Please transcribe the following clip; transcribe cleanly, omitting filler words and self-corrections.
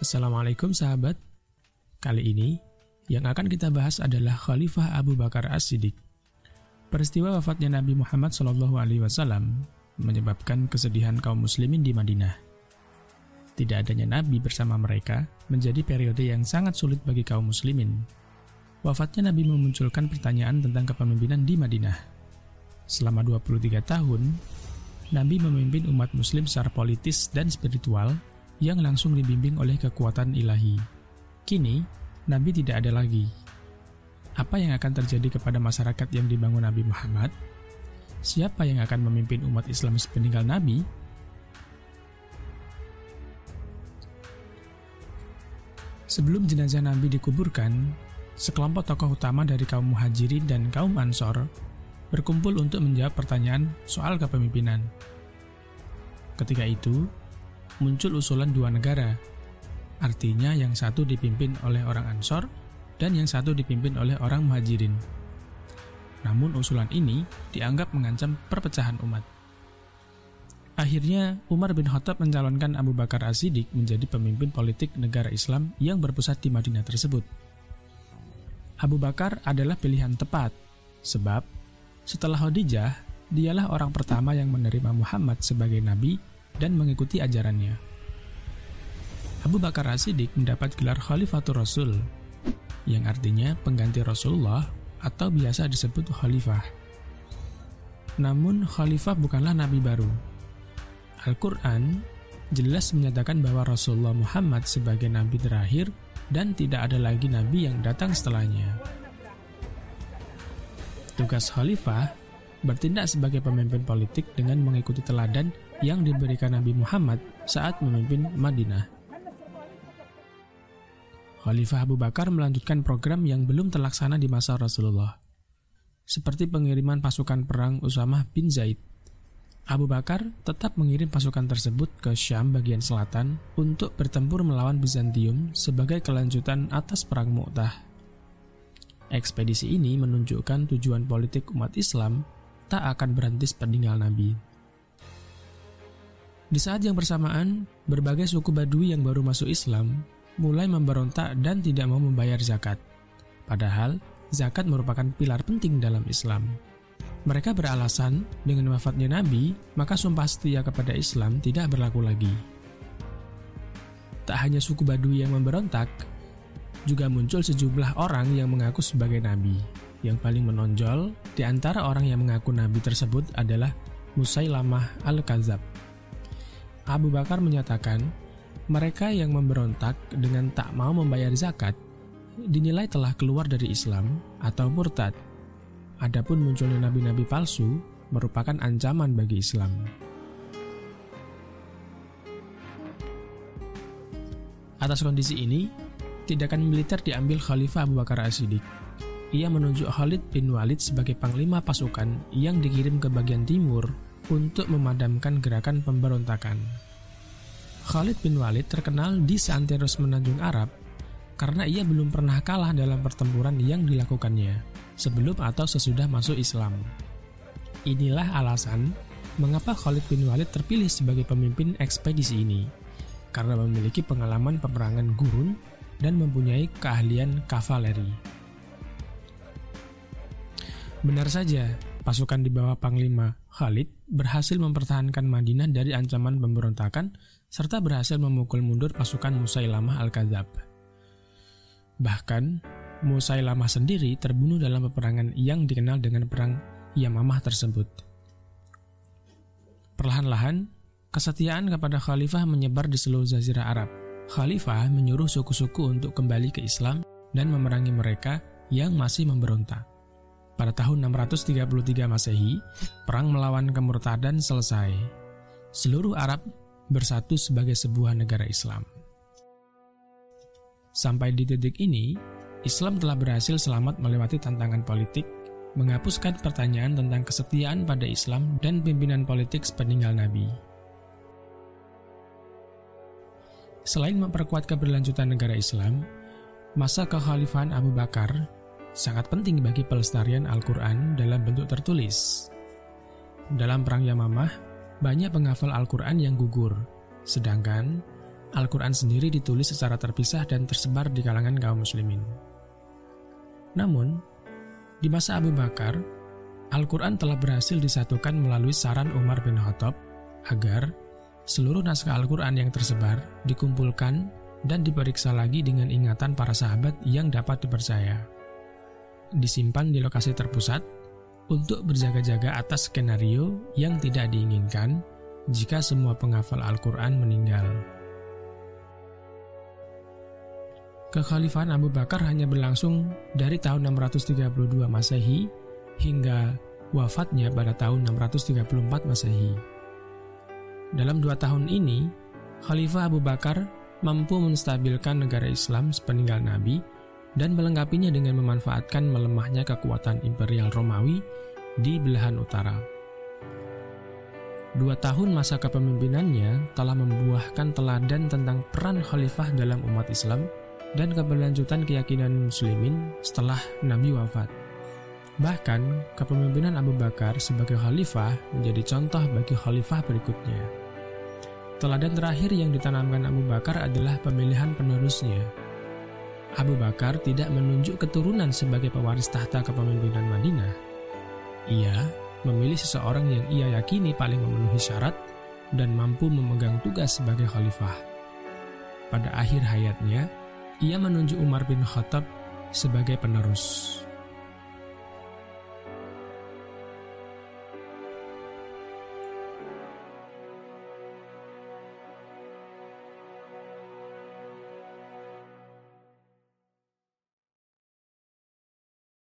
Assalamualaikum sahabat. Kali ini, yang akan kita bahas adalah Khalifah Abu Bakar As-Siddiq. Peristiwa wafatnya Nabi Muhammad SAW menyebabkan kesedihan kaum muslimin di Madinah. Tidak adanya Nabi bersama mereka menjadi periode yang sangat sulit bagi kaum muslimin. Wafatnya Nabi memunculkan pertanyaan tentang kepemimpinan di Madinah. Selama 23 tahun, Nabi memimpin umat muslim secara politis dan spiritual yang langsung dibimbing oleh kekuatan ilahi. Kini, Nabi tidak ada lagi. Apa yang akan terjadi kepada masyarakat yang dibangun Nabi Muhammad? Siapa yang akan memimpin umat Islam sepeninggal Nabi? Sebelum jenazah Nabi dikuburkan, sekelompok tokoh utama dari kaum Muhajirin dan kaum Ansor berkumpul untuk menjawab pertanyaan soal kepemimpinan. Ketika itu, muncul usulan dua negara, artinya yang satu dipimpin oleh orang Ansor dan yang satu dipimpin oleh orang Muhajirin. Namun usulan ini dianggap mengancam perpecahan umat. Akhirnya, Umar bin Khattab mencalonkan Abu Bakar As-Siddiq menjadi pemimpin politik negara Islam yang berpusat di Madinah tersebut. Abu Bakar adalah pilihan tepat, sebab setelah Khadijah, dialah orang pertama yang menerima Muhammad sebagai nabi dan mengikuti ajarannya. Abu Bakar As-Siddiq mendapat gelar Khalifatur Rasul, yang artinya pengganti Rasulullah atau biasa disebut khalifah. Namun, khalifah bukanlah nabi baru. Al-Quran jelas menyatakan bahwa Rasulullah Muhammad sebagai nabi terakhir dan tidak ada lagi nabi yang datang setelahnya. Tugas khalifah bertindak sebagai pemimpin politik dengan mengikuti teladan yang diberikan Nabi Muhammad saat memimpin Madinah. Khalifah Abu Bakar melanjutkan program yang belum terlaksana di masa Rasulullah, seperti pengiriman pasukan perang Usamah bin Zaid. Abu Bakar tetap mengirim pasukan tersebut ke Syam bagian selatan untuk bertempur melawan Bizantium sebagai kelanjutan atas perang Mu'tah. Ekspedisi ini menunjukkan tujuan politik umat Islam tak akan berhenti sepeninggal Nabi. Di saat yang bersamaan, berbagai suku Badui yang baru masuk Islam mulai memberontak dan tidak mau membayar zakat. Padahal, zakat merupakan pilar penting dalam Islam. Mereka beralasan dengan wafatnya Nabi, maka sumpah setia kepada Islam tidak berlaku lagi. Tak hanya suku Badui yang memberontak, juga muncul sejumlah orang yang mengaku sebagai nabi. Yang paling menonjol di antara orang yang mengaku nabi tersebut adalah Musailamah Al-Kadzab. Abu Bakar menyatakan, mereka yang memberontak dengan tak mau membayar zakat dinilai telah keluar dari Islam atau murtad. Adapun munculnya nabi-nabi palsu merupakan ancaman bagi Islam. Atas kondisi ini, tindakan militer diambil Khalifah Abu Bakar As-Siddiq. Ia menunjuk Khalid bin Walid sebagai panglima pasukan yang dikirim ke bagian timur untuk memadamkan gerakan pemberontakan. Khalid bin Walid terkenal di seantero semenanjung Arab karena ia belum pernah kalah dalam pertempuran yang dilakukannya sebelum atau sesudah masuk Islam. Inilah alasan mengapa Khalid bin Walid terpilih sebagai pemimpin ekspedisi ini, karena memiliki pengalaman peperangan gurun dan mempunyai keahlian kavaleri. Benar saja, pasukan di bawah Panglima Khalid berhasil mempertahankan Madinah dari ancaman pemberontakan serta berhasil memukul mundur pasukan Musailamah Al-Kadzab. Bahkan, Musailamah sendiri terbunuh dalam peperangan yang dikenal dengan Perang Yamamah tersebut. Perlahan-lahan, kesetiaan kepada Khalifah menyebar di seluruh Jazirah Arab. Khalifah menyuruh suku-suku untuk kembali ke Islam dan memerangi mereka yang masih memberontak. Pada tahun 633 Masehi, perang melawan kemurtadan selesai. Seluruh Arab bersatu sebagai sebuah negara Islam. Sampai di titik ini, Islam telah berhasil selamat melewati tantangan politik, menghapuskan pertanyaan tentang kesetiaan pada Islam dan pimpinan politik sepeninggal Nabi. Selain memperkuat keberlanjutan negara Islam, masa kekhalifahan Abu Bakar sangat penting bagi pelestarian Al-Quran dalam bentuk tertulis. Dalam Perang Yamamah, banyak penghafal Al-Quran yang gugur, sedangkan Al-Quran sendiri ditulis secara terpisah dan tersebar di kalangan kaum muslimin. Namun, di masa Abu Bakar, Al-Quran telah berhasil disatukan melalui saran Umar bin Khattab agar seluruh naskah Al-Quran yang tersebar dikumpulkan dan diperiksa lagi dengan ingatan para sahabat yang dapat dipercaya. Disimpan di lokasi terpusat untuk berjaga-jaga atas skenario yang tidak diinginkan jika semua penghafal Al-Quran meninggal. Kekhalifahan Abu Bakar hanya berlangsung dari tahun 632 Masehi hingga wafatnya pada tahun 634 Masehi. Dalam 2 tahun ini, Khalifah Abu Bakar mampu menstabilkan negara Islam sepeninggal Nabi dan melengkapinya dengan memanfaatkan melemahnya kekuatan Imperial Romawi di belahan utara. 2 tahun masa kepemimpinannya telah membuahkan teladan tentang peran khalifah dalam umat Islam dan keberlanjutan keyakinan muslimin setelah Nabi wafat. Bahkan, kepemimpinan Abu Bakar sebagai khalifah menjadi contoh bagi khalifah berikutnya. Teladan terakhir yang ditanamkan Abu Bakar adalah pemilihan penerusnya. Abu Bakar tidak menunjuk keturunan sebagai pewaris tahta kepemimpinan Madinah. Ia memilih seseorang yang ia yakini paling memenuhi syarat dan mampu memegang tugas sebagai khalifah. Pada akhir hayatnya, ia menunjuk Umar bin Khattab sebagai penerus.